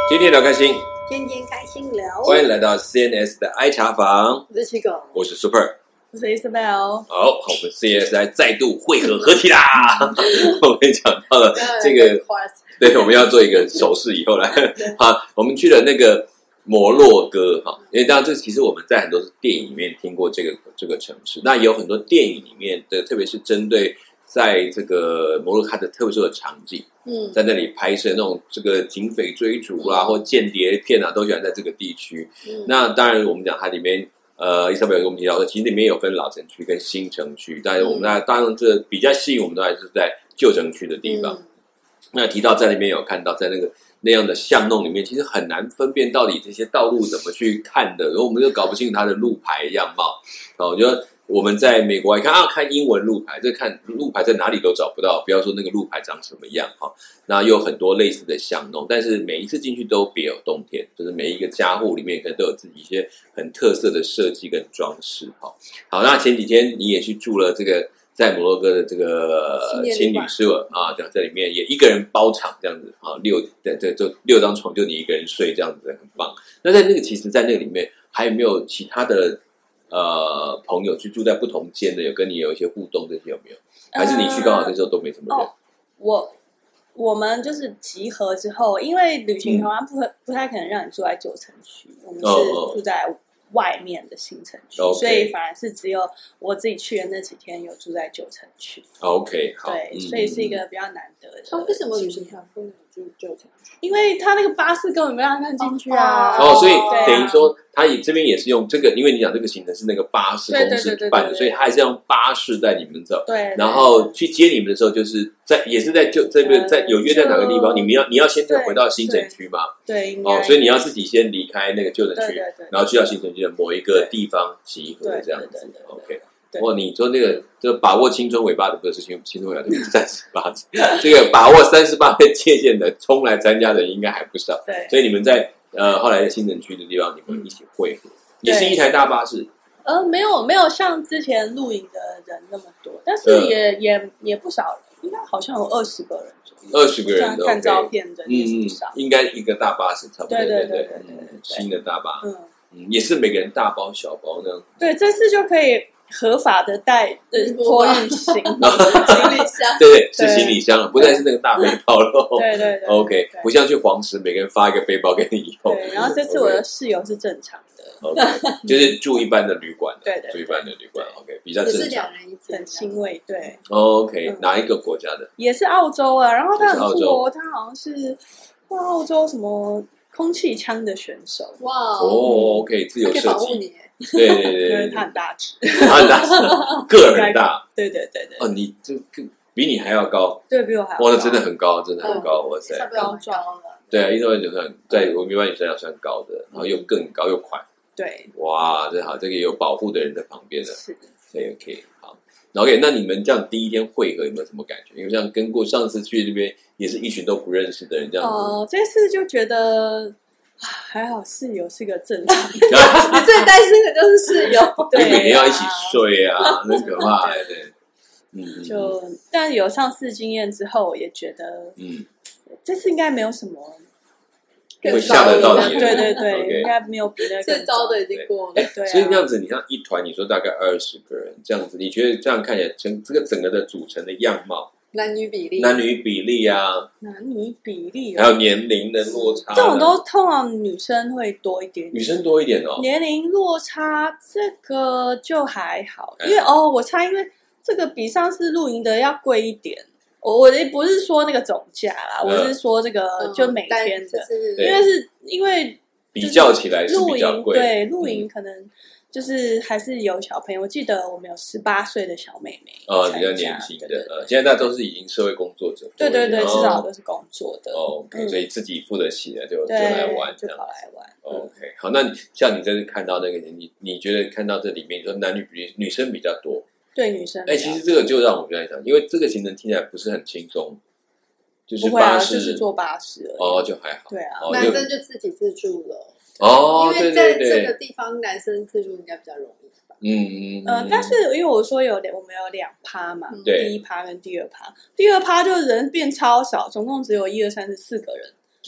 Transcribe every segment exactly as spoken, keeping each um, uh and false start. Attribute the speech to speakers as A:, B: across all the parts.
A: 天天聊开心，
B: 天天开心聊。
A: 欢迎来到 C N S 的 I 茶房，
B: 我是七狗，
A: 我是 Super，
B: 我是 Isabel。
A: 好，我们 C N S 来再度汇合合体啦！我们讲到了这个，对，我们要做一个手势，以后来好，我们去了那个摩洛哥哈，因为当然这其实我们在很多电影里面听过这个这个城市，那也有很多电影里面的，特别是针对在这个摩洛哥的特殊的场景。嗯，在那里拍摄那种这个警匪追逐啊，嗯、或间谍片啊，都喜欢在这个地区。嗯、那当然，我们讲它里面，呃，伊莎贝尔跟我们提到说，其实里面有分老城区跟新城区。但是我们那、嗯、当然这比较吸引我们的还是在旧城区的地方。嗯、那提到在那边有看到，在那个那样的巷弄里面，其实很难分辨到底这些道路怎么去看的，然后我们就搞不清楚它的路牌样貌。哦，我觉得。我们在美国一看啊，看英文路牌，这看路牌在哪里都找不到，不要说那个路牌长什么样哈。那又有很多类似的巷弄，但是每一次进去都别有洞天，就是每一个家户里面可能都有自己一些很特色的设计跟装饰哈。好，那前几天你也去住了这个在摩洛哥的这个青旅社啊，这样在里面也一个人包场这样子啊，六这这就六张床就你一个人睡这样子，很棒。那在那个其实，在那个里面还有没有其他的？呃，朋友去住在不同间的，有跟你有一些互动，这些有没有？还是你去刚好那时候都没什么人？
B: 呃哦、我我们就是集合之后，因为旅行团不、嗯、不太可能让你住在旧城区，我们是住在外面的新城区，哦、所以反而是只有我自己去的那几天有住在旧城区。
A: OK， 好，
B: 对，嗯、所以是一个比较难得的。
C: 那、哦、为什么旅行团不能住旧城区？
B: 因为他那个巴士根本没让他进去啊！
A: 哦，所以等于说他也这边也是用这个，因为你讲这个行程是那个巴士公司办的，所以他还是用巴士带你们走。
B: 对，
A: 然后去接你们的时候，就是在也是在就这边在有约在哪个地方，你们要你要先回到新城区嘛？
B: 对，
A: 哦，所以你要自己先离开那个旧城区，然后去到新城区的某一个地方集合，这样子。OK。哦，你说那个就把握青春尾巴的不是青青春尾巴，就是三十八，这个把握三十八的界限的冲来参加的人应该还不少。
B: 对，
A: 所以你们在呃后来在新城区的地方，你们一起会合，也是一台大巴士。
B: 呃，没有没有像之前露营的人那么多，但是也、嗯、也也不少人，应该好像有二十个人左右。
A: 二十个人，
B: 看照片的也是不少、
A: 嗯，应该一个大巴士差不多。
B: 对对对对 对, 对, 对, 对、
A: 嗯，新的大巴，
B: 嗯
A: 嗯，也是每个人大包小包那样。
B: 对，这次就可以。合法的带呃托运行行
C: 李箱，
A: 对对，是行李箱了，不再是那个大背包了。
B: 对对对
A: ，OK， 不像去黄石，每个人发一个背包给你以后。
B: 对，然后这次我的室友是正常的
A: ，OK， 就是住一般的旅馆，
B: 对对，
A: 住一般的旅馆 ，OK， 比较正常。
C: 是两人一间，
B: 很欣慰，对。
A: OK， 哪一个国家的？
B: 也是澳洲啊，然后他很酷哦，他好像是澳洲什么空气枪的选手。
C: 哇
A: 哦 ，OK， 自由设计。对对对，
B: 因为他很大只，
A: 他很大只，个儿很大。
B: 对对对对。
A: 哦，你这比你还要高。
B: 对，比我还要高。
A: 哇，那真的很高，真的很高，哇塞！
C: 高壮了。
A: 对啊，一般女生在我们一般女生要算高的，然后又更高又宽。
B: 对。
A: 哇，这好，这个有保护的人在旁边的。
B: 是的。
A: 所以 OK， 好。OK， 那你们这样第一天会合有没有什么感觉？因为像跟过上次去那边也是一群都不认识的人这样子。
B: 哦，这次就觉得。还好室友是个正常人，
C: 你最担心的就是室友，
A: 对、啊，每天要一起睡啊，很可怕。对，对
B: 嗯，就但有上次经验之后，也觉得，嗯，这次应该没有什么
A: 会吓得到你，
B: 对对对， okay, 应该没有比那个
C: 最糟的已经过了。
A: 对，对啊、所以这样子，你像一团，你说大概二十个人这样子，你觉得这样看起来，整这个整个的组成的样貌？
C: 男女比例，
A: 男女比例啊，
B: 男女比例、
A: 哦，还有年龄的落差，
B: 这种都通常女生会多一点点，
A: 女生多一点哦。
B: 年龄落差这个就还好，因为哦，我猜因为这个比上次露营的要贵一点。我我不是说那个总价啦，嗯、我是说这个就每天的，嗯、因为是因为
A: 比较起来是比较贵，
B: 对，露营可能。就是还是有小朋友，我记得我们有十八岁的小妹妹，
A: 哦，比较年轻的，呃，现在大家都是已经社会工作者，
B: 对对对，至少都是工作的，
A: 哦 ，OK，、嗯、所以自己付得起的就就来玩，
B: 就跑来玩。
A: OK， 好，那像你这次看到那个，你你觉得看到这里面，你说男女比例，女生比较多，
B: 对女生，
A: 哎、欸，其实这个就让我们想，因为这个行程听起来不是很轻松，就是巴士，
B: 啊、就是坐巴士而已，
A: 哦，就还好，
B: 对啊，
C: 哦、男生就自己自助了。
A: 哦，
C: 因为在这个地方，男生自助应该比较容易吧？
A: 嗯嗯。
B: 呃，但是因为我说有我们有两趴嘛，
A: 对，
B: 第一趴跟第二趴，第二趴就人变超少，总共只有一二三四四个人，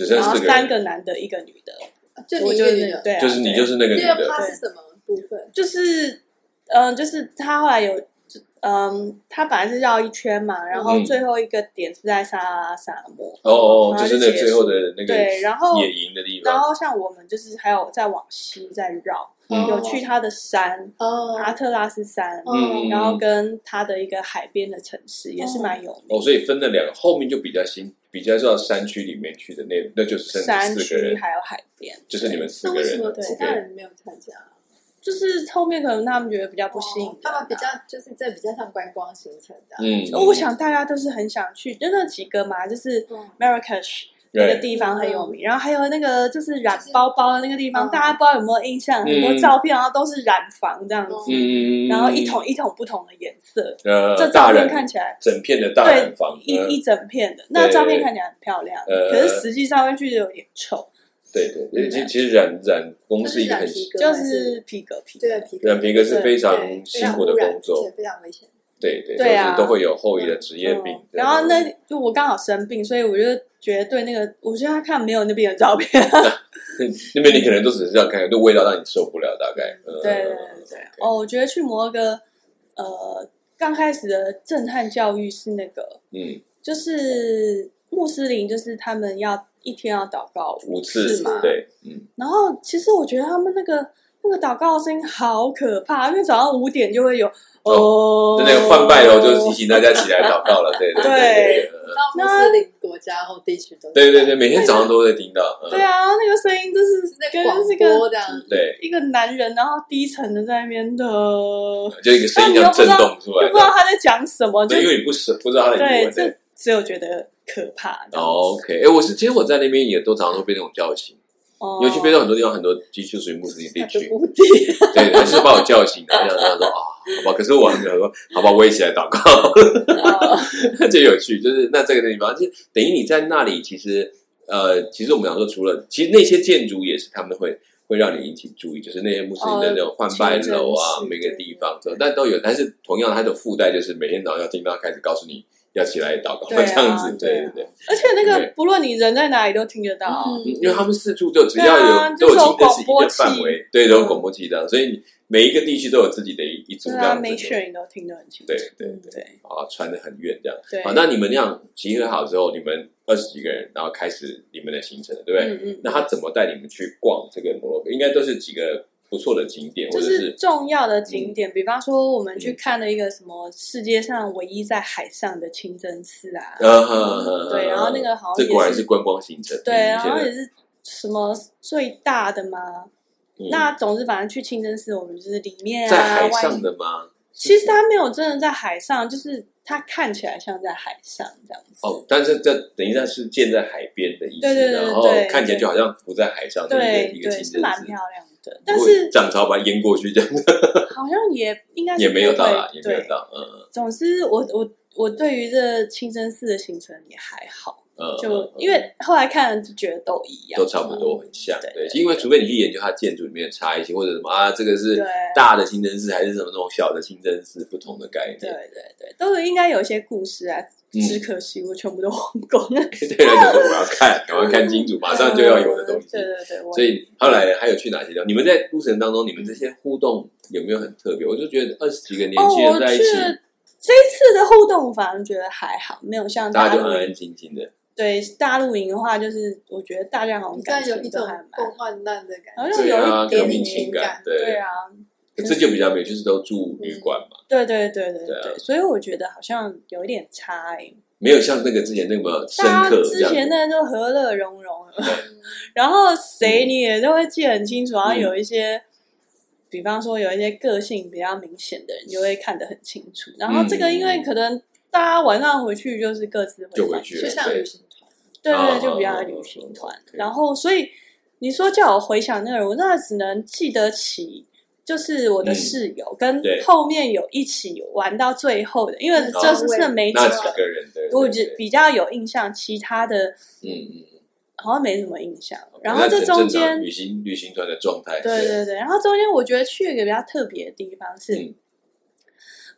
A: 只剩四个人，
B: 然后三个男的，一个女的，
C: 就你一个女的，
B: 对、啊，
A: 就是你就是那个女的。
C: 第二趴是什么部分？
B: 就是嗯、呃，就是他后来有。嗯，他本来是绕一圈嘛，然后最后一个点是在撒哈拉沙漠。
A: 哦、嗯、就是那最后的那个
B: 对，然后
A: 野营的地方。
B: 然后像我们就是还有再往西再绕，嗯、有去他的山，哦、阿特拉斯山，嗯，然后跟他的一个海边的城市也是蛮有名的。
A: 哦，所以分了两个，后面就比较新，比较是到山区里面去的那，那就是剩
B: 山
A: 四个人，
B: 区还有海边，
A: 就是你们四个人。
C: 那为什么其他人没有参加？
B: 就是后面可能他们觉得比较不吸引、哦，
C: 他们比较就是这比较像观光行程的。
B: 嗯，我想大家都是很想去，就那几个嘛，就是 Marrakesh 那个地方很有名，然后还有那个就是染包包的那个地方，就是、大家不知道有没有印象？嗯、很多照片，然后都是染房这样子，嗯、然后一桶一桶不同的颜色，呃，这照片看起来
A: 整片的大染房，
B: 对，一一整片的，那照片看起来很漂亮，可是实际上面去有点臭。
A: 对对，其实其实染染工是一个很
B: 就是皮革皮革，
C: 对皮
A: 革染皮革是非常辛苦的工作，
C: 非常危险。
A: 对对
B: 对啊，
A: 都会有后遗的职业病。
B: 然后那就我刚好生病，所以我就觉得对那个，我觉得他看没有那边的照片，
A: 那边你可能都只是这样看，那味道让你受不了，大概。
B: 对对对，哦，我觉得去摩洛哥，呃，刚开始的震撼教育是那个，嗯，就是穆斯林，就是他们要。一天要祷告
A: 五
B: 次嘛，
A: 对，嗯。
B: 然后其实我觉得他们那个那个祷告的声音好可怕，因为早上五点就会有哦，
A: 就那个换拜楼，就提醒大家起来祷告了，对对对。
C: 到穆斯林国家或地区都
A: 对对对，每天早上都会听到。
B: 对啊，那个声音就是跟这个
A: 对
B: 一个男人，然后低沉的在那边的，
A: 就一个声音这样震动出来，
B: 就不知道他在讲什么，
A: 对，因为你不识不知道他的英文，
B: 对，只有觉得。可怕的。
A: 哦 OK， 哎、欸，我是其实我在那边也都常常都被那种叫醒，哦、因为去非洲很多地方，很多地区属于穆斯林地区，对，他就是把我叫醒，然后这样说啊，好吧，可是我很想说，好吧，我也一起来祷告，那就有趣，就是那这个地方，就等于你在那里，其实呃，其实我们想说，除了其实那些建筑也是他们会会让你引起注意，就是那些穆斯林的那种换拜楼啊，每个地方都但都有，但是同样它的附带就是每天早上要听到开始告诉你。要起来祷告，这样子，对对对。
B: 而且那个不论你人在哪里都听得到，
A: 嗯，因为他们四处就只要有都有清真寺一个范围，对，都有广播器的，所以每一个地区都有自己的一一组这样子。
B: 每选你都听得很清楚，
A: 对对对，啊，传得很远这样。好，那你们那样集合好之后，你们二十几个人，然后开始你们的行程，对不对？嗯嗯。那他怎么带你们去逛这个摩洛哥？应该都是几个。不错的景点，
B: 就是重要的景点，嗯、比方说我们去看了一个什么世界上唯一在海上的清真寺啊，嗯、对，然后那个好像
A: 这果然是观光行程，
B: 对，然后也是什么最大的嘛。嗯、那总之，反正去清真寺，我们就是里面啊，
A: 在海上的吗？
B: 其实它没有真的在海上，就是它看起来像在海上这样子。
A: 哦，但是这等于它是建在海边的意思，
B: 对对对对，
A: 然后看起来就好像浮在海上的一个一个清真寺，
B: 是蛮漂亮的。但是
A: 涨潮把它淹过去这样子，
B: 好像也应该是
A: 也没有到啦，也没有到。嗯，
B: 总之我我我对于这清真寺的行程也还好。就因为后来看就觉得都一样，
A: 都差不多很像，对。因为除非你去研究它建筑里面的差异性，或者什么啊，这个是大的清真寺还是什么那种小的清真寺，不同的概念。
B: 对对对，都应该有一些故事啊。只可惜我全部都忘光了。
A: 对了，我要看，赶快看清楚，马上就要有的东西。
B: 对对对。
A: 所以后来还有去哪些地方？你们在路程当中，你们这些互动有没有很特别？我就觉得二十几个年轻人在一起，
B: 这一次的互动我反而觉得还好，没有像
A: 大家就安安静静的。
B: 对，大露营的话，就是我觉得大家好像感情都还蛮
C: 共患难的感觉，
B: 好像有一点
A: 点情感，
B: 对对啊。
A: 这就比较没有，就是都住旅馆嘛。
B: 对对对对对，所以我觉得好像有一点差异，
A: 没有像那个之前那么深刻。
B: 之前那就和乐融融了，然后谁你也都会记得很清楚，然后有一些。比方说有一些个性比较明显的人，就会看得很清楚。然后这个因为可能大家晚上回去就是各自
A: 就回去了，
C: 就像旅行团，
B: 对对，就比较旅行团。然后所以你说叫我回想那个人，我那只能记得起，就是我的室友跟后面有一起玩到最后的，因为这是真的没几
A: 个人，
B: 我比较有印象，其他的嗯嗯。好像没什么印象，然后这中间
A: 旅行旅行团的状态，
B: 对对对，然后中间我觉得去一个比较特别的地方是，嗯、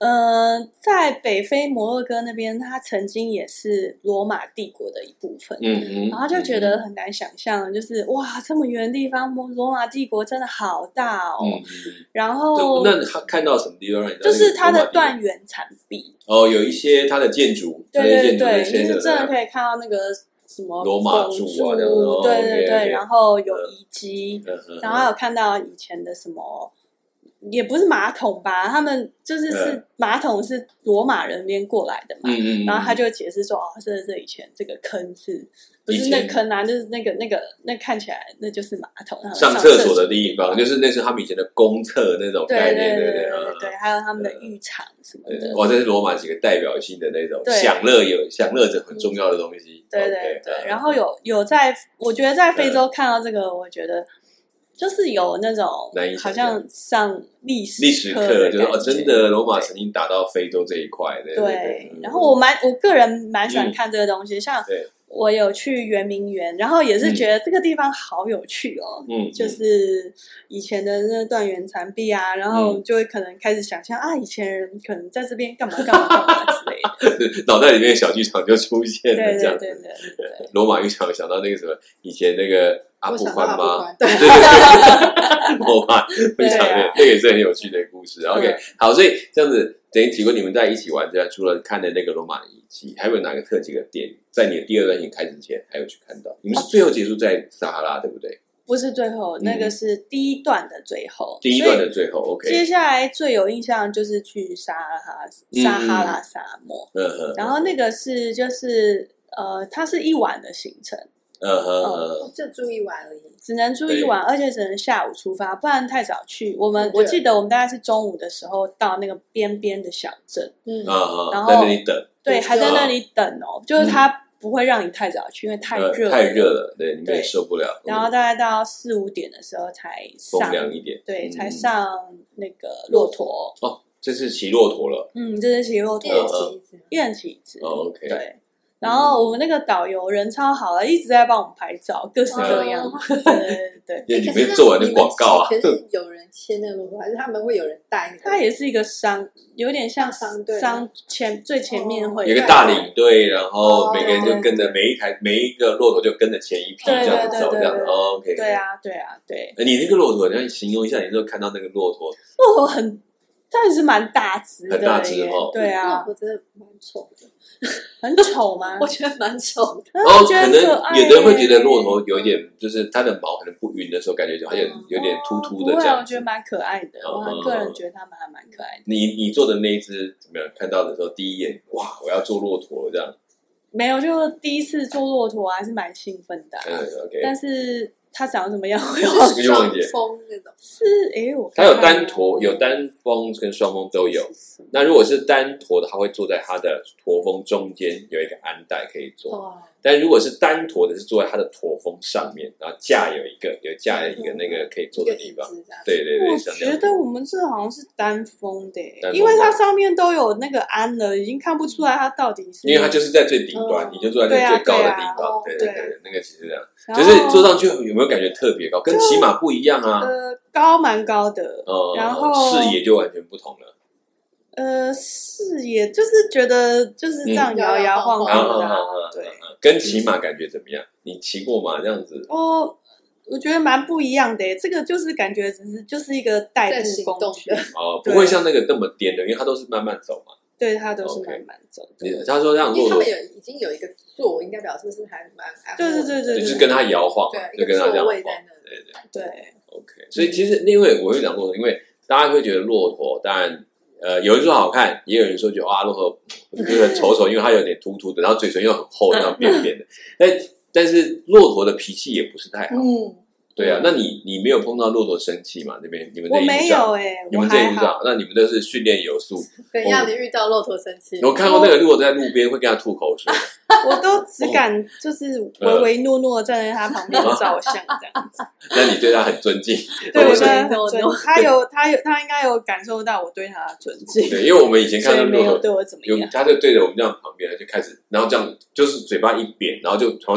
B: 嗯、呃，在北非摩洛哥那边，它曾经也是罗马帝国的一部分。
A: 嗯嗯，
B: 然后就觉得很难想象，就是哇，这么远的地方，罗马帝国真的好大哦。嗯、然后
A: 那他看到什么地方让你？
B: 就是它的断垣残壁
A: 哦，有一些它的建筑，
B: 对对对，你是真的可以看到那个。什么
A: 罗马柱啊，对
B: 对对，然后有遗迹，嗯、然后还有看到以前的什么，也不是马桶吧，他们就是是、嗯、马桶是罗马人那边过来的嘛，嗯嗯，然后他就解释说，哦，这这以前这个坑是不是那坑啊？就是那个那个那看起来那就是马桶，
A: 上厕所的地方，就是那是他们以前的公厕那种概念，
B: 对对对对对对，还有他们的浴场什么的。
A: 哇，这是罗马几个代表性的那种享乐有享乐者很重要的东西。
B: 对对对，然后有有在，我觉得在非洲看到这个，我觉得就是有那种好像上历史
A: 历史课，就是哦，真的罗马曾经打到非洲这一块的。
B: 对，然后我蛮我个人蛮喜欢看这个东西，像我有去圆明园，然后也是觉得这个地方好有趣哦。嗯，就是以前的那断垣残壁啊，然后就会可能开始想象啊，以前人可能在这边干嘛干嘛干嘛之类的，
A: 脑袋里面小剧场就出现了，这样。
B: 对对对对，
A: 罗马浴场想到那个什么，以前那个阿布宽吗？对对
C: 对，
A: 罗马非常那个也是很有趣的故事。OK， 好，所以这样子等于几个你们在一起玩之外，除了看的那个罗马遗迹，还有哪个特几个点，在你的第二段行开始之前还有去看到？你们是最后结束在撒哈拉，对不对？
B: 不是最后，那个是第一段的最后。
A: 第一段的最后 ，OK。
B: 接下来最有印象就是去撒哈撒哈拉沙漠，嗯嗯，然后那个是就是呃，它是一晚的行程。
A: 嗯哼，
C: 就住一晚而已，
B: 只能住一晚，而且只能下午出发，不然太早去。我们我记得我们大概是中午的时候到那个边边的小镇，
A: 嗯，然后在那里等，
B: 对，还在那里等哦，就是他不会让你太早去，因为太热，
A: 太热了，对，你们也受不了。
B: 然后大概到四五点的时候才上，
A: 风凉一点，
B: 对，才上那个骆驼。
A: 哦，这是骑骆驼了，
B: 嗯，这是骑骆驼，一人骑一次，
A: OK，
B: 对。然后我们那个导游人超好了，一直在帮我们拍照，各式各样。对对对
A: 对，你们做完的广告啊，
C: 可是有人牵那个骆驼，还是他们会有人带？
B: 它也是一个商，有点像商队，商前最前面会
A: 有一个大领队，然后每个人就跟着每一台每一个骆驼就跟着前一批这样子走，这样子。OK，
B: 对啊对啊对。
A: 你那个骆驼，你形容一下，你说看到那个骆驼，
B: 骆驼很，但是蛮大只的，
A: 很大只哦。
B: 对啊，
C: 骆驼真的蛮丑的。
B: 很丑吗？
C: 我觉得蛮丑的。
A: 然后可能有的人会觉得骆驼有一点，就是它的毛可能不匀的时候，感觉就好像有点秃秃的这样。
B: 我觉得蛮可爱的，我个人觉得它们还蛮可爱的。
A: 你你做的那一只怎么样？看到的时候第一眼，哇，我要做骆驼这样。
B: 没有，就第一次做骆驼还是蛮兴奋的。
A: 嗯 ，OK。
B: 但是它长什么样？
A: 我忘记。
C: 双峰那种
B: 是哎，我
A: 它有单驼，有单峰跟双峰都有。那如果是单驼的，它会坐在它的驼峰中间有一个鞍带可以坐。哦。但如果是单驼的，是坐在它的驼峰上面，然后架有一个有架有一个那个可以坐的地方。对对对，
B: 我觉得我们这好像是单峰的，因为它上面都有那个鞍了，已经看不出来它到底是。
A: 因为它就是在最顶端，你就坐在最高的地方。对对对，那个其实这样，就是坐上去有没有感觉特别高？跟骑马不一样啊。
B: 呃，高蛮高的，然后
A: 视野就完全不同了。
B: 呃，视野就是觉得就是这样摇摇晃晃的，对。
A: 跟骑马感觉怎么样？你骑过马这样子？
B: 哦，我觉得蛮不一样的。这个就是感觉只是就是一个代步工具
A: 哦，不会像那个那么颠的，因为它都是慢慢走嘛。
B: 对，它都是慢慢走的。
A: 他说让骆驼，
C: 他们有已经有一个座，应该表示是还蛮安
B: 对对对对，
A: 就是跟它摇晃，就跟它这样晃。对
B: 对对
A: ，OK。所以其实因为我会讲骆驼，因为大家会觉得骆驼，当然。呃，有人说好看，也有人说觉得啊，骆驼就是很丑丑，因为它有点秃秃的，然后嘴唇又很厚，然后扁扁的。但但是骆驼的脾气也不是太好。嗯，对啊。那你你没有碰到骆驼生气吗？那边你们这一路上
B: 我没有哎、欸，
A: 你们这一路上，那你们都是训练有素。
C: 怎样？你遇到骆驼生气？
A: 我看过那个，如果在路边会跟他吐口水。
B: 我都只敢就是唯唯诺诺站在他旁边照相这样子。
A: 那你对他很尊敬？
B: 对，我对他很尊敬。他有他有他应该有感受到我对他的尊敬。
A: 对，因为我们以前看到
B: 没有对我怎么样，
A: 他就对着我们这样旁边，就开始，然后这样就是嘴巴一扁，然后就好像就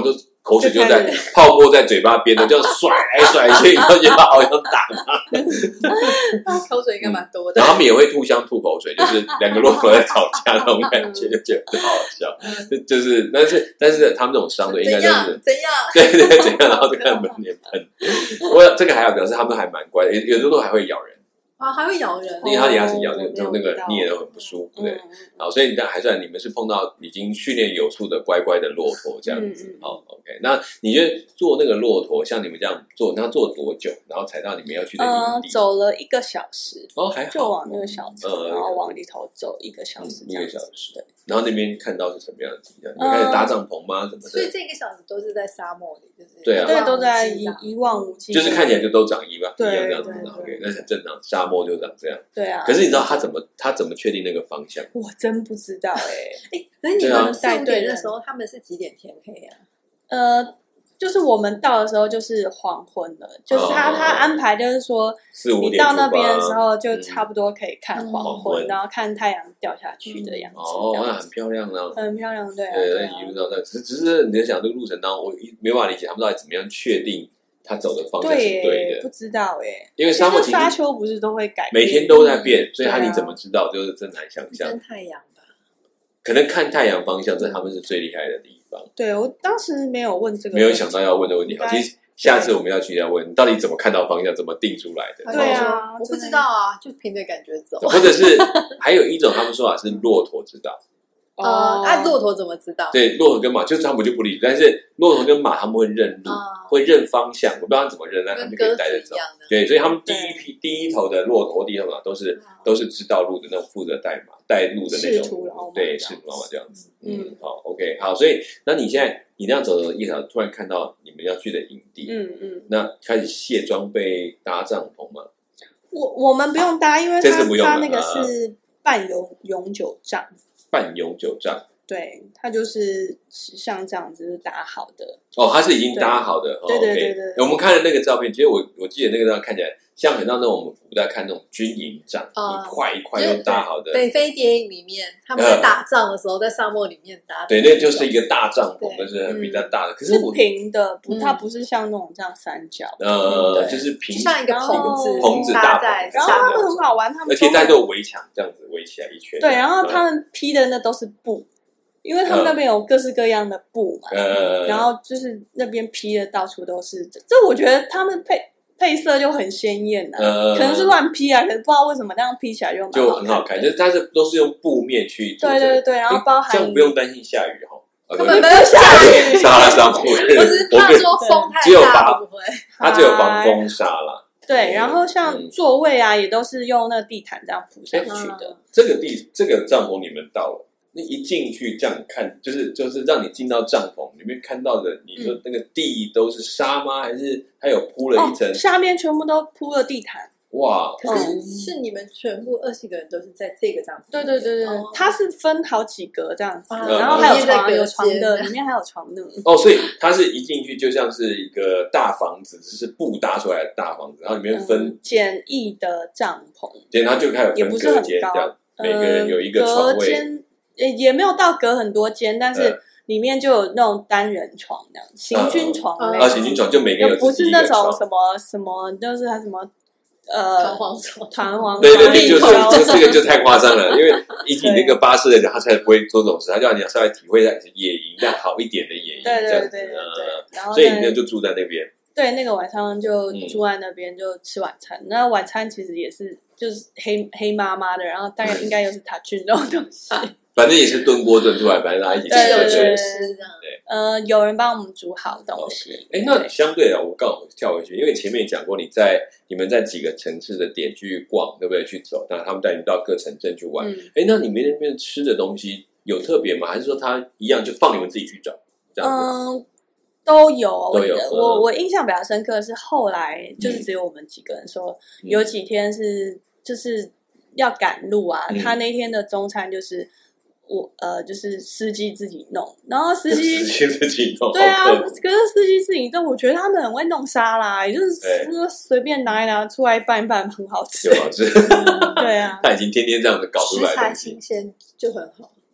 A: 口水就在泡沫在嘴巴边的，就甩来甩去，然后觉得好像打
C: 他口水应该蛮多的。
A: 然后他们也会互相吐口水，就是两个骆驼在吵架那种感觉，就觉得好好笑。就就是但是但是他们这种商队应该就是
C: 怎样
A: 对对怎样，然后就看门脸喷。不过这个还要表示他们还蛮乖的，有的骆驼还会咬人。
C: 啊，还会咬人，
A: 因为它的牙齿咬就就那个
B: 哦
A: 啮都很不舒服，对，好，所以你还算你们是碰到已经训练有素的乖乖的骆驼这样子，好 ，OK。那你觉得坐那个骆驼，像你们这样坐，那坐多久？然后踩到你们要去的营地？
B: 走了一个小时，
A: 哦，还好，
B: 就往那个小车，然后往里头走一个小时，
A: 一个小时，
B: 对。
A: 然后那边看到是什么样的景象？你们开始搭帐篷吗？什么的？
C: 所以这个小时都是在沙漠里，就是
A: 对啊，
B: 对，都在一一望无际，
A: 就是看起来就都长一样一样这样子
B: ，OK，
A: 那很正常，沙漠就长这样。
B: 对啊。
A: 可是你知道他怎么他怎么确定那个方向？
B: 我真不知道哎
C: 哎，可是你们四五点的时候，他们是几点天黑啊？
B: 呃。就是我们到的时候就是黄昏了，就是他、哦、他安排就是说，你到那边的时候就差不多可以看黄昏，嗯、然后看太阳掉下去的样子。
A: 哦，那很漂亮呢，
B: 很漂亮，对、啊。
A: 对，一路到那，只只是你在想这个路程当中，我没办法理解他们到底怎么样确定他走的方向是对的，
B: 不知道哎，
A: 因为沙漠其实
B: 沙丘不是都会改变，
A: 每天都在变，所以他你怎么知道？就是真难想象。
C: 跟太阳吧，
A: 可能看太阳方向，这他们是最厉害的地方。
B: 对，我当时没有问这个，
A: 没有想到要问的问题。好，其实下次我们要去要问，你到底怎么看到方向，怎么定出来的？
B: 对啊，
C: 我不知道啊，就凭着感觉走。
A: 或者是还有一种，他们说法是骆驼知道。
C: 呃，那骆驼怎么知道？
A: 对，骆驼跟马就是他们就不理，但是骆驼跟马他们会认路，会认方向。我不知道他怎么认，但他们就可以带着走。对，所以他们第一批第一头的骆驼、第一头马都是都是知道路的那种，负责带马带路的那种。对，是妈妈这样子。嗯，好 ，OK， 好，所以那你现在你那样走的一条，突然看到你们要去的营地，嗯嗯，那开始卸装备、搭帐篷吗？
B: 我我们不用搭，因为他他那个是半永永久帐。
A: 半永久帐，
B: 对，它就是像这样子打好的
A: 哦，它是已经搭好的，
B: 对对对对。
A: 我们看的那个照片，其实我我记得那个地方看起来像很像那种我们古代看那种军营帐，一块一块都搭好的。
C: 北非电影里面他们在打仗的时候，在沙漠里面打，
A: 对，那就是一个大帐篷，但是比较大的，可是
B: 平的，不，它不是像那种这样三角，
A: 呃，就是平，
C: 像一个棚子，
A: 棚子搭
C: 在，
B: 然后他们很好玩，他们
A: 而且大家都有围墙这样子围起来一圈，
B: 对，然后他们披的那都是布。因为他们那边有各式各样的布嘛，呃、然后就是那边披的到处都是，这我觉得他们配配色就很鲜艳啊，呃、可能是乱披啊，可是不知道为什么那样披起来就
A: 就很好看，就是它是都是用布面去做，
B: 对对对，然后包含
A: 这样不用担心下雨哈，
C: 根本没有下雨，
A: 沙拉沙布，
C: 我只是怕说风太大不会，
A: 它只有防风沙啦。
B: 对，然后像座位啊，也都是用那地毯这样铺上去的。
A: 这个地这个帐篷你们到了。那一进去这样看，就是就是让你进到帐篷里面看到的，你说那个地都是沙吗？还是它有铺了一层？
B: 哦、下面全部都铺了地毯。
A: 哇！
C: 可是是你们全部二十个人都是在这个帐篷？
B: 对对对对，哦、它是分好几格这样子，哦、然后还有床，有床的，里面还有床的。
A: 哦，所以它是一进去就像是一个大房子，只是布搭出来的大房子，然后里面分、
B: 嗯、简易的帐篷，
A: 对，然后就开始分隔间，这样每个人有一个床位。
B: 也没有到隔很多间，但是里面就有那种单人床这样，行军床类
A: 啊，行军床就每个人
B: 不是那种什么什么，就是它什么呃
C: 弹簧床，
B: 弹簧床，
A: 对对对，就是这个就太夸张了，因为以你那个巴士的人，他才不会做这种事，他就让你稍微体会一下野营，但好一点的野营，
B: 对对对对对，然后
A: 所以你就住在那边。
B: 对，那个晚上就住在那边，就吃晚餐。嗯、那晚餐其实也是就是黑黑麻麻的，然后大概应该又是塔菌那种东西。
A: 反正也是炖锅炖出来，反正大家一起吃。
B: 对对对
C: 对，
B: 呃，有人帮我们煮好东西。
A: 哎、okay. 那相对啊，我刚好跳回去，因为前面讲过，你在你们在几个城市的点去逛，对不对？去走，那他们带你到各城镇去玩。哎、嗯，那你们那边吃的东西有特别吗？还是说他一样就放你们自己去找？这样子？嗯。
B: 都有，
A: 都有。
B: 我我印象比较深刻的是后来就是只有我们几个人说，嗯、有几天是就是要赶路啊，嗯、他那天的中餐就是我呃就是司机自己弄，然后司机
A: 司机自己弄，
B: 对啊，可是司机自己弄，我觉得他们很会弄沙拉，也就是随便拿一拿出来拌一拌，很好吃，
A: 就好吃。
B: 对啊，
A: 他已经天天这样子搞出来的东西，
C: 食材新鲜就很好。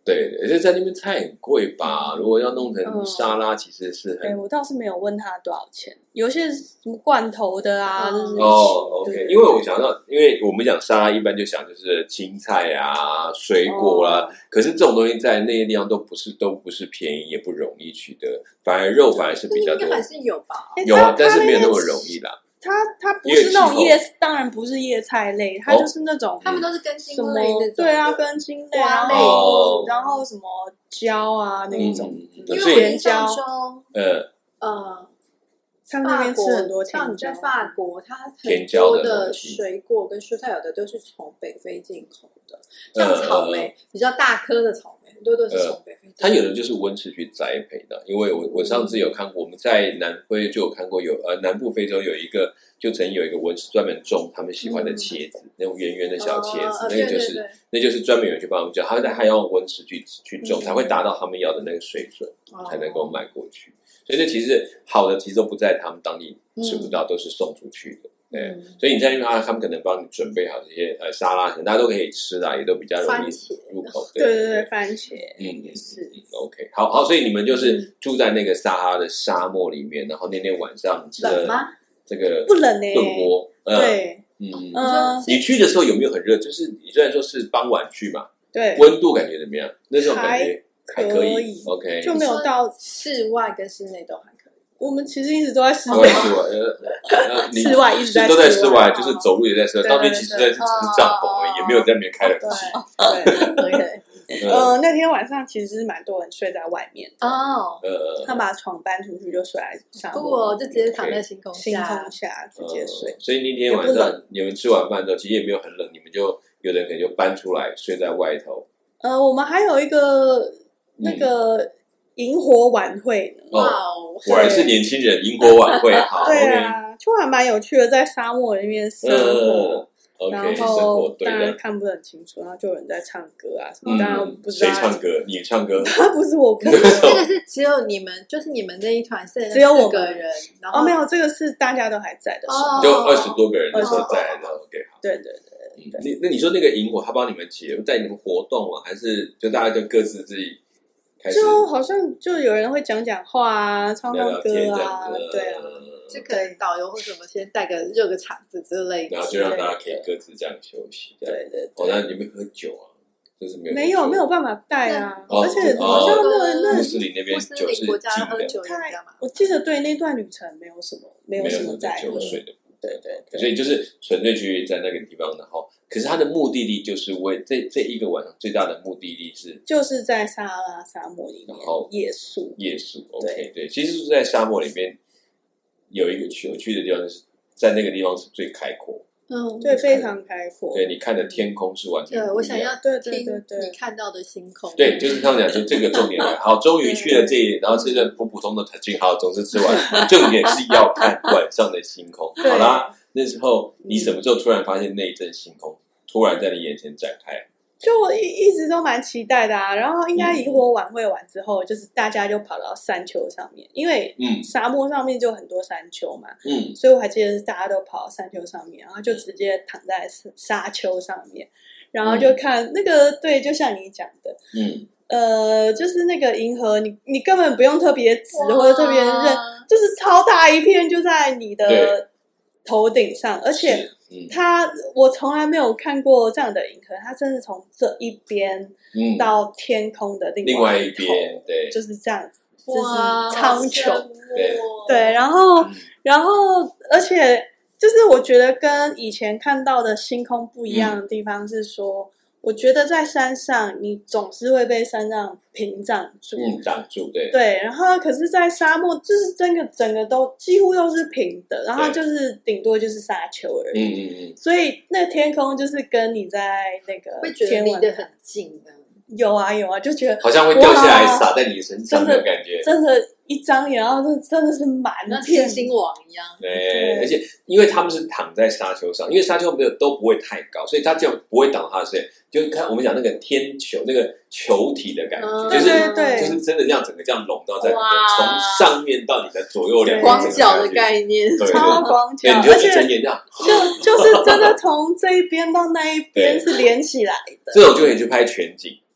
A: 对，而且在那边菜很贵吧？如果要弄成沙拉，其实是很……
B: 哎、嗯，我倒是没有问他多少钱。有些什么罐头的啊，嗯、就是
A: 哦 ，OK， 因为我想到，因为我们讲沙拉，一般就想就是青菜啊、水果啦、啊，哦、可是这种东西在那些地方都不是都不是便宜，也不容易取得，反而肉反而是比较多。
C: 应该还是有吧？
A: 有啊，但是没有那么容易啦。
B: 它它不是那种叶，当然不是叶菜类，它就是那种，
C: 他们都是根茎类那种，
B: 对啊，根茎类，然后、哦、然后什么椒啊那种，
C: 嗯、因为甜椒，呃呃，
B: 他们那边吃很多甜椒。
C: 像你在法国，它很多的水果跟蔬菜有的都是从北非进口的，像草莓、呃、比较大颗的草莓，很多都是从北非进口的。
A: 它有的就是温室去栽培的，因为我我上次有看过，我们在南非就有看过有呃南部非洲有一个就曾经有一个温室专门种他们喜欢的茄子，嗯、那种圆圆的小茄子，哦、那个就是、
C: 对对对
A: 那就是专门有人去帮他们种，他们还要用温室去去种、嗯，才会达到他们要的那个水准，哦、才能够卖过去。所以这其实好的其实都不在他们当地吃不到，嗯、都是送出去的。对，嗯、所以你在那边他们可能帮你准备好这些呃沙拉，大家都可以吃啦，也都比较容易入口。
B: 对对 对, 对，番茄，
A: 嗯，也是。OK， 好好，所以你们就是住在那个撒哈拉的沙漠里面，然后那天晚上吃了这个
B: 不冷呢？
A: 炖锅，
B: 嗯、对，
A: 嗯嗯。你去的时候有没有很热？就是你虽然说是傍晚去嘛，
B: 对，
A: 温度感觉怎么样？那种感觉还可以 ，OK，
B: 就没有到
C: 室外跟室内都还。
B: 我们其实一直都在室
A: 外，室外，呃，
B: 室外一直在
A: 都在室外，就是走路也在室外。到那边其实在只是帐篷而已，也没有在那边开冷
B: 气。对，对，呃，那天晚上其实是蛮多人睡在外面哦。呃，他把床搬出去就睡在上面，
C: 不，就直接躺在星空下，
B: 星空下直接睡。
A: 所以那天晚上你们吃完饭之后，其实也没有很冷，你们就有人可能就搬出来睡在外头。
B: 呃，我们还有一个那个。萤火晚会
A: 哇哦，果然是年轻人！萤火晚会，好，
B: 对啊，就还蛮有趣的，在沙漠里面生活，
A: 嗯、
B: 然后当然看不很清楚，然后就有人在唱歌啊什么，嗯、当然不知道
A: 谁唱歌，你唱歌，
B: 他不是我，
C: 可是这个是只有你们，就是你们那一团是
B: 只有我
C: 个人，然后
B: 哦没有，这个是大家都还在的时候，
A: 就二十多个人的时候在的 ，OK， 好，
B: 对对对。
A: 嗯、你那你说那个萤火，他帮你们起，在你们活动啊，还是就大家就各自自己？
B: 就好像就有人会讲讲话啊，唱唱歌啊，对啊，
C: 就可能导游或什么先带个热个场子之类的，
A: 然后就让大家可以各自这样休息。
B: 对对，
A: 哦，那你们喝酒啊？就是没有
B: 没有没有办法带啊，而且好像那那
A: 穆斯林那边酒是
C: 国家喝酒，
B: 我记得对那段旅程没有什么没有什么在
A: 酒水的。
B: 对对对，
A: 所以就是纯粹去在那个地方，然后可是他的目的地就是为这这一个晚上最大的目的地是
B: 就是在撒哈拉沙漠里面，
A: 然后
B: 夜宿
A: 夜宿 ，OK， 对, 对，其实是在沙漠里面有一个有趣的地方，就是在那个地方是最开阔，
B: 嗯，对，非常开阔，
A: 对，你看的天空是完全不一样，
C: 对，我想要
B: 对对对对，
C: 你看到的星空，
A: 对，就是他们讲，就这个重点来，好，终于去了这里，然后吃了普普通的特进，好，总之吃完，重点是要看晚上的星空，好啦。那时候你什么时候突然发现那一阵星空突然在你眼前展开？
B: 就一一直都蛮期待的啊。然后应该萤火晚会完之后，嗯、就是大家就跑到山丘上面，因为沙漠上面就很多山丘嘛，嗯，所以我还记得大家都跑到山丘上面，然后就直接躺在沙丘上面，然后就看那个，对，就像你讲的，嗯。呃，就是那个银河，你你根本不用特别指或者特别认，就是超大一片就在你的头顶上，而且它、嗯、我从来没有看过这样的银河，它真是从这一边到天空的另外一头，
A: 另外一边，对，
B: 就是这样子，就是苍穹，对对，然后、嗯、然后而且就是我觉得跟以前看到的星空不一样的地方是说。嗯，我觉得在山上，你总是会被山上屏障住，
A: 嗯，挡住，对，
B: 对。然后，可是，在沙漠，就是整个整个都几乎都是平的，然后就是顶多就是沙丘而已。嗯嗯嗯。所以，那天空就是跟你在那个
C: 会觉得离得很近的。
B: 有啊有啊，就觉得
A: 好像会掉下来洒在你身上的感觉，
B: 真的，一张眼，然后就真的是满
C: 片星网一样。
A: 对，而且因为他们是躺在沙丘上，因为沙丘没有都不会太高，所以它这样不会挡他的视线。就看我们讲那个天球，那个球体的感觉，嗯、就是
B: 对对
A: 就是真的这样整个这样笼罩在你的，从上面到你的左右两边
C: 光角的概念，
A: 对对对
B: 超光角，
A: 对，你就一睁眼这样，
B: 就就是真的从这一边到那一边是连起来的。
A: 这种就可以去拍全景。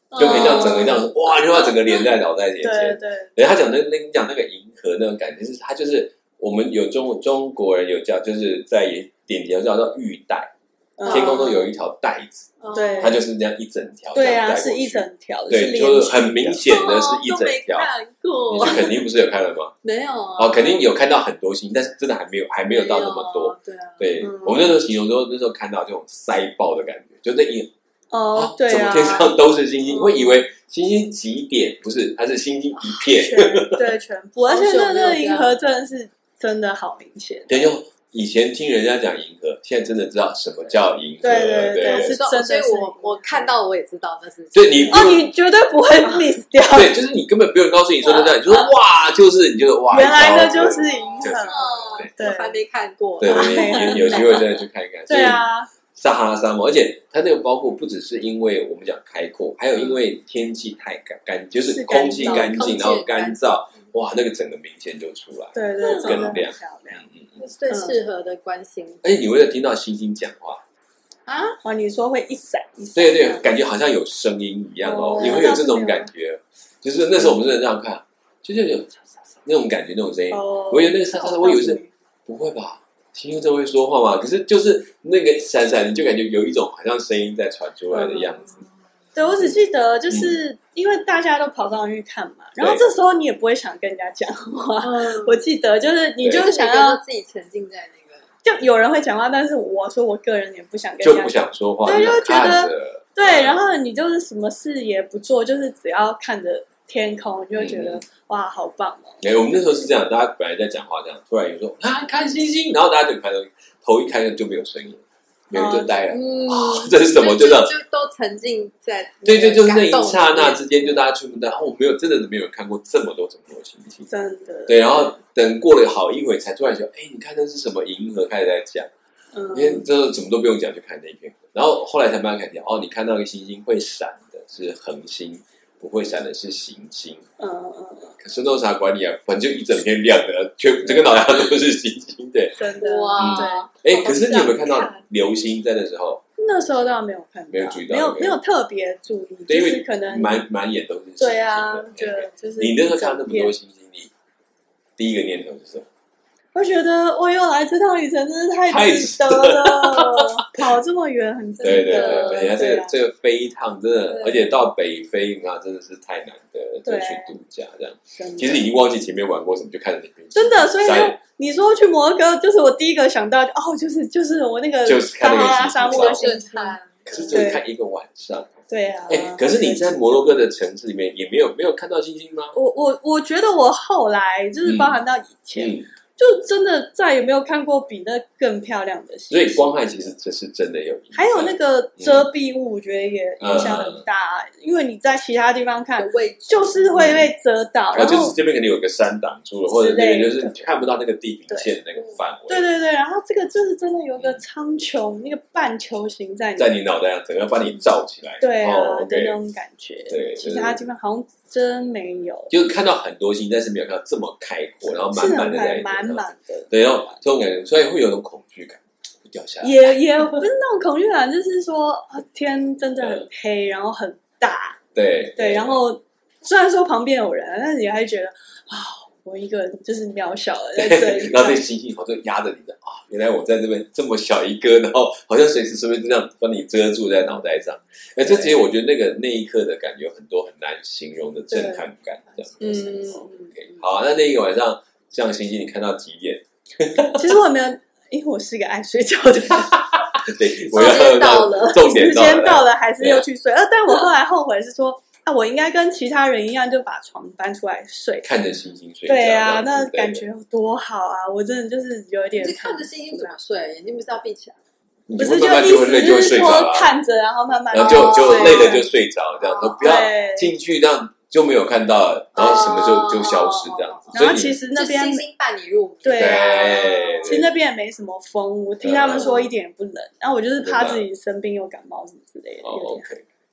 A: 就可以这样整个这样哇，就把整个连在脑袋眼前。
B: 对对，
A: 对，他讲的那你讲那个银河那种感觉，是他就是我们有中中国人有叫，就是在点点叫做玉带。天空中有一条带子，
B: 对，
A: 它就是这样一整条，
B: 对啊，是一整条的，
A: 对，就是很明显的是一整条。
C: 你
A: 是肯定不是有看了吗？
C: 没有啊，
A: 哦，肯定有看到很多星，但是真的还没有还没有到那么多。
C: 对啊，
A: 对，我们那时候形容说，那时候看到这种塞爆的感觉，就那一
B: 哦，对啊，
A: 怎么天上都是星星，会以为星星几点，不是，它是星星一片，
B: 对，全部，而且那那银河真的是真的好明显，
A: 对，就。以前听人家讲银河，现在真的知道什么叫银河。
B: 对对对，是真的。
C: 所以我我看到我也知道那是。
A: 对你
B: 哦，你绝对不会 miss 掉。
A: 对，就是你根本不用告诉你说在那里，就说哇，就是你就哇，
B: 原来那就是银河。
C: 对，我还没看过。
A: 对对，有机会真的去看一看。
B: 对啊，
A: 撒哈拉沙漠，而且它那个包括不只是因为我们讲开阔，还有因为天气太干干，就是空气干净，然后干燥。哇，那个整个明显就出来，
B: 对对，
A: 更亮，
C: 是最适合的观星。
A: 而且你会听到星星讲话
B: 啊？哦，你说会一闪一闪，
A: 对对，感觉好像有声音一样哦，你会有这种感觉。就是那时候我们真的这样看，就是有那种感觉，那种声音。我以为那个闪闪，我以为是不会吧？星星真会说话吗？可是就是那个闪闪，你就感觉有一种好像声音在传出来的样子。
B: 对，我只记得就是因为大家都跑上去看嘛，然后这时候你也不会想跟人家讲话。我记得就是你就是想要
C: 自己沉浸在那个，
B: 就有人会讲话，但是我说我个人也不想跟
A: 人家就不想说话，
B: 对，就觉得对，
A: 嗯、
B: 然后你就是什么事也不做，就是只要看着天空，你就会觉得、嗯、哇，好棒哦！
A: 哎、欸，我们那时候是这样，大家本来在讲话，这样突然有说啊看星星，然后大家就开头头一开就没有声音。没有就呆了、嗯哦，这是什么？就这样，
C: 就都沉浸在
A: 对对，就是那一刹那之间，就大家全部在哦，我没有真的没有看过这么多这么多星星，
B: 真的
A: 对。然后等过了好一会，才突然说，哎，你看那是什么银河？开始在讲，嗯，因为这什么都不用讲，就看那一片。然后后来才慢慢看见，哦，你看到一个星星会闪的是恒星，不会闪的是行星。嗯嗯。可是那啥管理啊，反正就一整片亮的，全整个脑袋上都是星星，对，
B: 真的哇。
A: 哎、嗯，可是你有没有看到流星在那时候？
B: 那时候当然没有看到，
A: 没有注意到，
B: 没有没有特别注意，
A: 对，
B: 就是可能
A: 满满眼都是星星。
B: 对啊，对，就是
A: 你那时候看到那么多星星，你第一个念头是什么？
B: 我觉得我又来这趟旅程真是太值得了，跑这么远很值得。
A: 对对对，而且这个这个飞一趟真的，而且到北非啊，真的是太难得了，就去度假这样。其实已经忘记前面玩过什么，就看着那边。
B: 真的，所以你说去摩洛哥，就是我第一个想到，哦，就是就是我那个
A: 撒哈拉
B: 沙漠的星星。
A: 可是只看一个晚上。
B: 对啊。
A: 哎，可是你在摩洛哥的城市里面也没有没有看到星星吗？
B: 我我我觉得我后来就是包含到以前。就真的再也没有看过比那更漂亮的星星，
A: 所以光害其实这是真的有影响。
B: 还有那个遮蔽物，我觉得也影响很大，嗯、因为你在其他地方看，就是会被遮到，
A: 然后就是这边可能有个山挡住了，或者那边就是看不到那个地平线的那个范围。
B: 对对对，然后这个就是真的有个苍穹，那个半球形在你
A: 在你脑袋上，整个把你罩起来，
B: 对啊、
A: 哦
B: okay、的那种感觉。
A: 对，
B: 其他地方好像真没有，
A: 就是看到很多星，但是没有看到这么开阔，然后满满的在
B: 满满的，
A: 对，然后这种感觉，所以会有种恐惧感，会掉下来。
B: 也也不是那种恐惧感，就是说天真的很黑，然后很大，
A: 对
B: 对，然后虽然说旁边有人，但是你还觉得啊。我一个人就是渺小的在这里，
A: 然后这星星好像压着你的啊！原来我在这边这么小一个，然后好像随时随便这样帮你遮住在脑袋上。哎，这其实我觉得那个那一刻的感觉很多很难形容的震撼感，这样。嗯 ，OK， 好，那那一个晚上像星星，你看到几点？
B: 其实我没有，因为我是一个爱睡觉的人。
A: 对，我要
B: 到了，
A: 重点
B: 时间到了，还是又去睡。呃，但我后来后悔是说。啊，我应该跟其他人一样，就把床搬出来睡，
A: 看着星星睡觉。
B: 对啊，那感觉有多好啊！我真的就是有一点。
C: 你看着星星怎么睡？眼睛不是要闭起来？
B: 不是，就意思是说看着，然后慢慢，
A: 然后就就累了就睡着，这样说不要进去，这样就没有看到，然后什么就就消失这样子。
B: 然后其实那边
C: 星星伴你入眠，
B: 对啊，其实那边也没什么风，我听他们说一点也不冷，然后我就是怕自己生病又感冒什么之类的。
A: OK。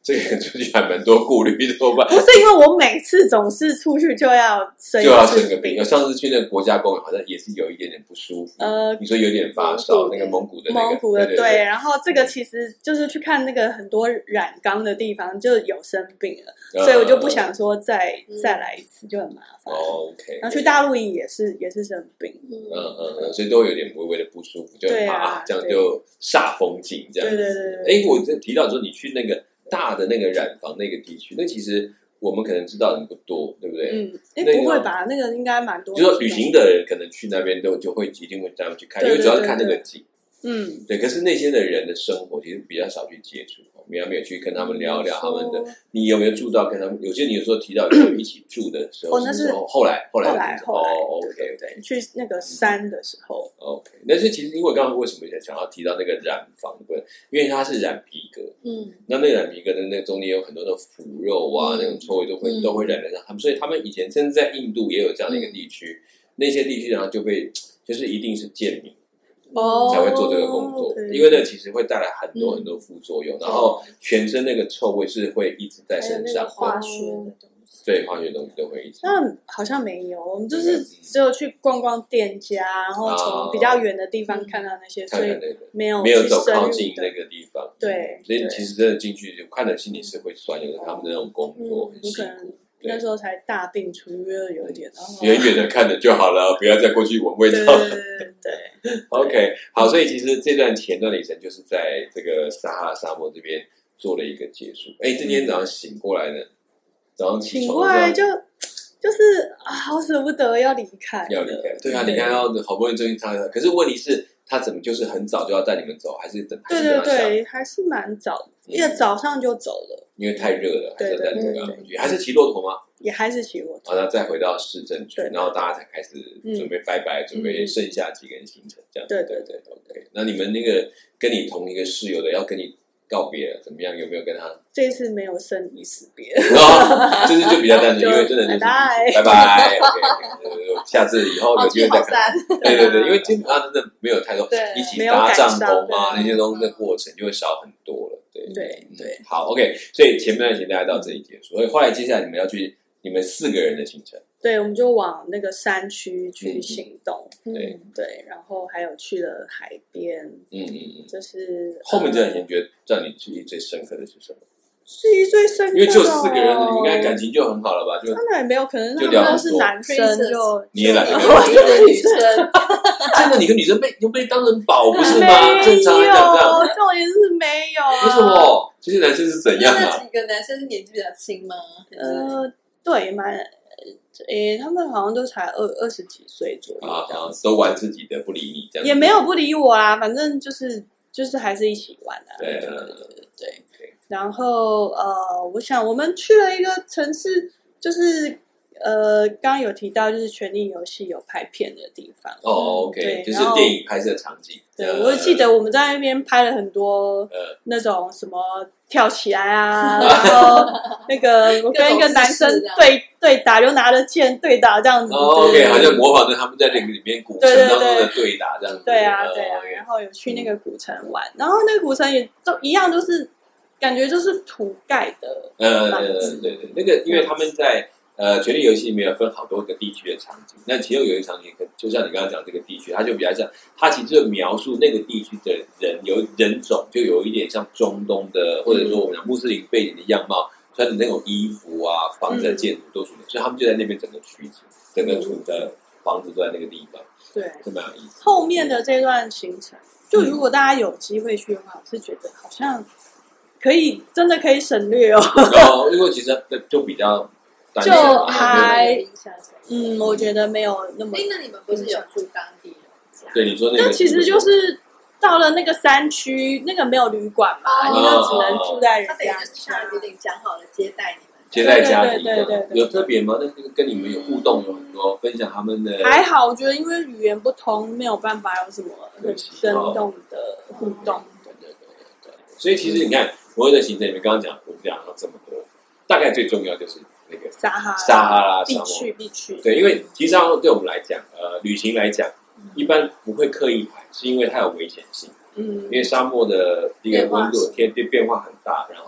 A: 这个出去还蛮多顾虑的，多半
B: 不是因为我每次总是出去就要生
A: 就要生个病。上次去那个国家公园好像也是有一点点不舒服，呃，你说有点发烧，那个蒙古的、那个、
B: 蒙古的
A: 对, 对, 对, 对。
B: 然后这个其实就是去看那个很多染缸的地方就有生病了，呃、所以我就不想说再、嗯、再来一次就很麻烦。
A: 哦、OK，
B: 然后去大陆营也是也是生病，
A: 嗯嗯嗯，所以都有点微微的不舒服，就很怕、啊、这样就煞风景这样。
B: 对对对对。
A: 哎，我提到说你去那个。大的那个染房那个地区，那其实我们可能知道的人不多，对不对？
B: 嗯，哎、那個，不会吧？那个应该蛮多。
A: 就说旅行的人可能去那边都就会一定会这样去看，因为主要是看那个景。嗯，对。可是那些的人的生活其实比较少去接触，没有没有去跟他们聊聊他们的。你有没有住到跟他们？有些你有时候提到有一起住的时候，
B: 哦，那是
A: 后来后来
B: 后来后来
A: 哦 ，OK
B: OK， 去那个山的时候
A: ，OK。但是其实因为刚刚为什么想要提到那个染房的部分，因为它是染皮革，嗯，那那个染皮革的那中间有很多的腐肉啊，嗯、那种臭味都会、嗯、都会染得上他们，所以他们以前甚至在印度也有这样的一个地区，嗯、那些地区然后就被就是一定是贱民。哦，才会做这个工作，因为呢，其实会带来很多很多副作用，嗯、然后全身那个臭味是会一直在身上，
C: 化学的东西，
A: 对，化学东西都会一直。
B: 那好像没有，我们就是只有去逛逛店家，然后从比较远的地方看到那些，
A: 看看那个
B: 没有
A: 没有走靠近那个地方，
B: 对，
A: 所以其实真的进去就看了心里是会酸，有的他们的那种工作很辛苦。
B: 那时候才大病初愈，有一点，然后
A: 远远的看着就好了，不要再过去闻味道。
B: 对对对
A: ，OK， 好，所以其实这段前段旅程就是在这个撒哈拉沙漠这边做了一个结束。哎，这天早上醒过来呢，早上起床
B: 醒过来就就是啊，好舍不得要离开，
A: 要离开。对啊，你看到好不容易终于擦了，可是问题是，他怎么就是很早就要带你们走，还是等？
B: 对对对，还是蛮早，因为早上就走了。
A: 因为太热了，还是要带这个回去，还是骑骆驼吗？
B: 也还是骑骆驼。
A: 好，那再回到市政区，然后大家才开始准备拜拜，准备剩下几个人行程，这样。
B: 对对对
A: ，OK。那你们那个跟你同一个室友的要跟你告别了，怎么样？有没有跟他？
B: 这次没有生离死别，
A: 这次就比较单纯，因为真的就是拜拜 ，OK。下次以后有机会再看。对对对，因为基本上真的没有太多一起搭帐篷啊，那些东西的过程就会少很多了。对
B: 对对，
A: 好 ，OK， 所以前面的行大概到这里结束，所以后来接下来你们要去你们四个人的行程，
B: 对，我们就往那个山区去行动，
A: 嗯、对
B: 对，然后还有去了海边，嗯嗯嗯，就是
A: 后面这两天觉得让你记忆最深刻的是什么？
B: 记忆最深刻、哦，
A: 因为只有四个人，你们应该感情就很好了吧？就
B: 当然也没有，可能他们都是男生就，
A: 你也懒得
B: 我是女生。
A: 真的，你跟女生被就被当成宝不是吗？正常来讲这样，
B: 重点是没有。
A: 为什么？这些男生是怎样啊？
C: 那几个男生是年纪比较轻吗？
B: 呃，对，蛮，诶，他们好像都才二二十几岁左右，
A: 啊，都玩自己的，不理你这样。
B: 也没有不理我啦，反正就是就是还是一起玩啊。
A: 对
B: 对对对。然后呃，我想我们去了一个城市，就是呃，刚刚有提到就是《权力游戏》有拍片的地方。
A: 哦 ，OK， 就是电影拍摄场景。
B: 对，我记得我们在那边拍了很多那种什么跳起来啊，然后那个我跟一个男生对对打，就拿着剑对打这样子。
A: 哦 ，OK， 好像模仿着他们在那个里面古城当中的对打这样子。
B: 对啊，对啊，然后有去那个古城玩，然后那个古城也都一样，都是感觉就是土盖的。
A: 呃，对对，那个因为他们在。呃，权力游戏里面有分好多个地区的场景，那其中有一个场景，就像你刚刚讲这个地区，它就比较像，它其实就描述那个地区的人有人种，就有一点像中东的，或者说我们讲穆斯林背景的样貌，穿的那种衣服啊，房子的建筑都属于，所以他们就在那边整个取景，整个土的房子都在那个地方，
B: 对，
A: 是蛮有意思。
B: 后面的这段行程，就如果大家有机会去的话，我是觉得好像可以，真的可以省略哦。
A: 哦，因为其实就比较。
B: 就还嗯，我觉得没有那么。
C: 哎，那你们不是有住当地人家？
A: 对，你说那个。
B: 那其实就是到了那个山区，那个没有旅馆嘛，你就只能住在人家家。
C: 他有点讲好了接待你们，
A: 接待家庭。
B: 对对对，
A: 有特别吗？那那个跟你们有互动，有很多分享他们的。
B: 还好，我觉得因为语言不通，没有办法有什么很生动的互动。
A: 对对对对对。所以其实你看，我的行程里面刚刚讲，我们讲了这么多，大概最重要就是。那个
B: 撒哈
A: 撒哈拉
B: 必去必去，
A: 对，因为其实沙漠对我们来讲，呃，旅行来讲，嗯、一般不会刻意排，是因为它有危险性。嗯，因为沙漠的一个温度天变变化很大，然后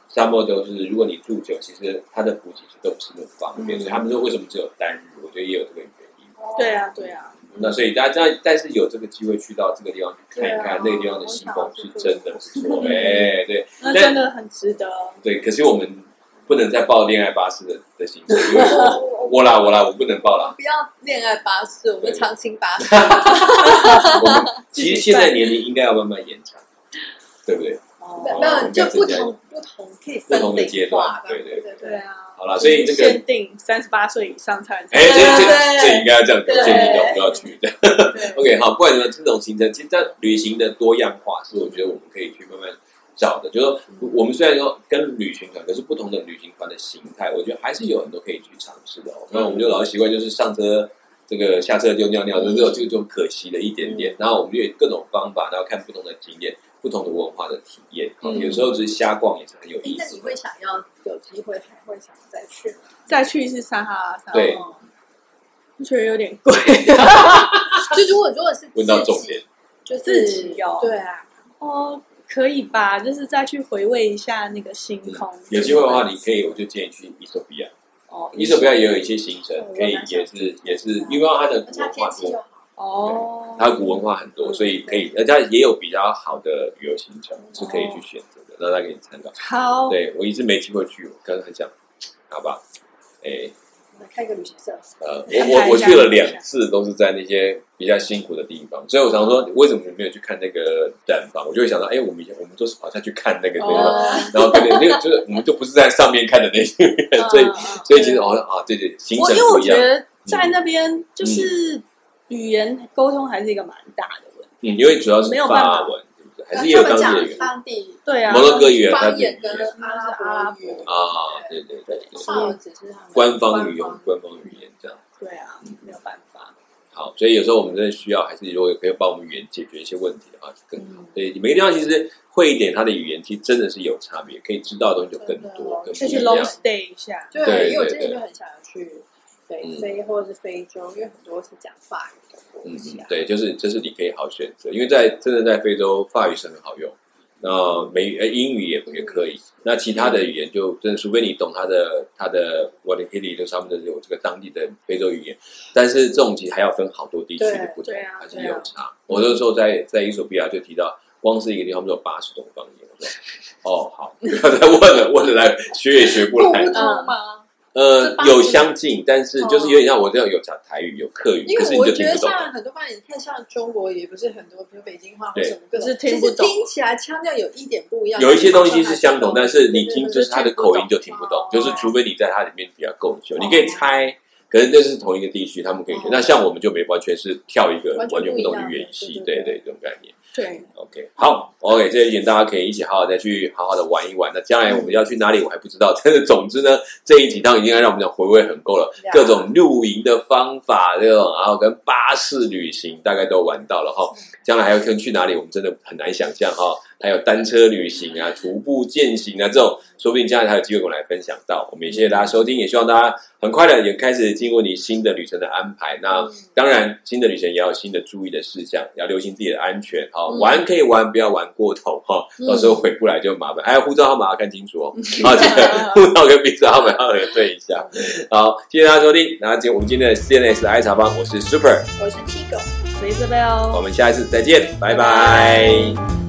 A: 沙漠都是，如果你住久，其实它的补给其实都不是那么方便，嗯、所以他们说为什么只有单日？我觉得也有这个原因。
B: 对啊，对啊。
A: 那所以大家，但是有这个机会去到这个地方去看一看，那个地方的星空是真的不错，哎，对，
B: 那真的很值得。
A: 对，可是我们不能再报恋爱巴士的的行程，因为我啦我啦，我不能报啦。
C: 不要恋爱巴士，我们长青巴士。
A: 我们其实现在年龄应该要慢慢延长，对不对？
C: 那就不同不同可以分
A: 不同的阶段，对对
C: 对对啊。
A: 好了，所以这个
B: 限定三十八岁以上才能。
A: 哎，这这这应该要这样子，建议的不要去的。OK， 好，不管怎么样，这种行程其实在旅行的多样化是我觉得我们可以去慢慢找的。就是说，我们虽然说跟旅行团，可是不同的旅行团的形态，我觉得还是有很多可以去尝试的。那我们就老是习惯就是上车。这个下车就尿尿，就这种就可惜了一点点。然后我们就有各种方法，然后看不同的景点、不同的文化的体验。嗯、有时候只是瞎逛也是很有意思。
C: 那你会想要有机会还会想再去吗？
B: 再去是撒哈拉沙漠，
A: 对，
B: 我觉得有点贵。
C: 就如果如果是
A: 问到重点，
C: 就是
B: 自己哦，
C: 对啊，
B: 哦，可以吧？就是再去回味一下那个星空。
A: 嗯、有机会的话，你可以，我就建议去伊索比亚。哦，伊索比亚也有一些行程，可以也是也是，因为它的古文化多
B: 哦，
A: 它古文化很多，所以可以，而且也有比较好的旅游行程是可以去选择的，让大家给你参考。
B: 好，
A: 对我一直没机会去，我刚刚很想，好吧，哎，
C: 开一个旅行社。
A: 呃，我我我去了两次，都是在那些比较辛苦的地方，所以我常说，为什么你没有去看那个展房？我就会想到，哎，我们以前我们都是跑下去看那个地方，然后跟那那个就是我们就不是在上面看的那些人，所以所以其实好像啊，对对，行程不一样。
B: 因为我觉得在那边就是语言沟通还是一个蛮大的问题，
A: 嗯，因为主要是法文。还是也有当地的语言，
C: 当地
B: 对啊，
A: 摩洛哥语言、
C: 方言跟阿拉伯语
A: 啊，对对对，
C: 法文只是他们
A: 官方语言、官方语言这样。
B: 对啊，没有办法。
A: 好，所以有时候我们真的需要，还是如果可以帮我们语言解决一些问题的话，更好。所以每个地方其实会一点，它的语言其实真的是有差别，可以知道的东西就更多，更不一样。
B: 去 long stay 一下，
C: 对，因为我之前就很想要去北非或者是非洲，因为很多是讲法语的国家。
A: 嗯，对，就是这是你可以好选择，因为在真的在非洲，法语是很好用。那美呃英语也也可以，那其他的语言就真的，除非你懂它的它的 Swahili 就是他们的有这个当地的非洲语言，但是这种其实还要分好多地区的不同，
B: 啊、
A: 还是有差。我那时候在在伊索比亚就提到，光是一个地方就有八十种方言。我说哦好，不要再问了，问了来学也学不来。
C: 不通吗？
A: 呃，有相近，但是就是有点像我这样有讲台语、有客语，
C: 因为
A: 我
C: 觉得像很多方言，你看像中国也不是很多，比如北京话或什么各种，
B: 听不懂，
C: 听起来腔调有一点不一样。
A: 有一些东西是相同，但是你听就是它的口音就听不懂，就是除非你在它里面比较够久，你可以猜，可是这是同一个地区，他们可以学。那像我们就没完全是跳一个完全不同的语言系，对对，这种概念。
B: 对
A: ，OK， 好 ，OK， 这一点大家可以一起好好再去好好的玩一玩。那将来我们要去哪里，我还不知道。但是总之呢，这一集当已经让我们讲回味很够了，各种露营的方法，这种然后跟巴士旅行大概都玩到了哈。将来还要跟去哪里，我们真的很难想象哈。还有单车旅行啊、徒步健行啊这种，说不定将来还有机会跟我们来分享到。我们也谢谢大家收听，也希望大家很快的也开始进入你新的旅程的安排。那当然，新的旅程也要有新的注意的事项，要留心自己的安全哈。玩可以玩，不要玩过头哈，到时候回不来就麻烦。还有护照号码要看清楚哦，好，这个护照跟鼻子号码要核对一下。好，谢谢大家收听。然后今我们今天的 C N S 的爱茶坊，我是 Super，
C: 我是 Tigo，
B: 我是 Isabel，
A: 我们下一次再见，拜拜。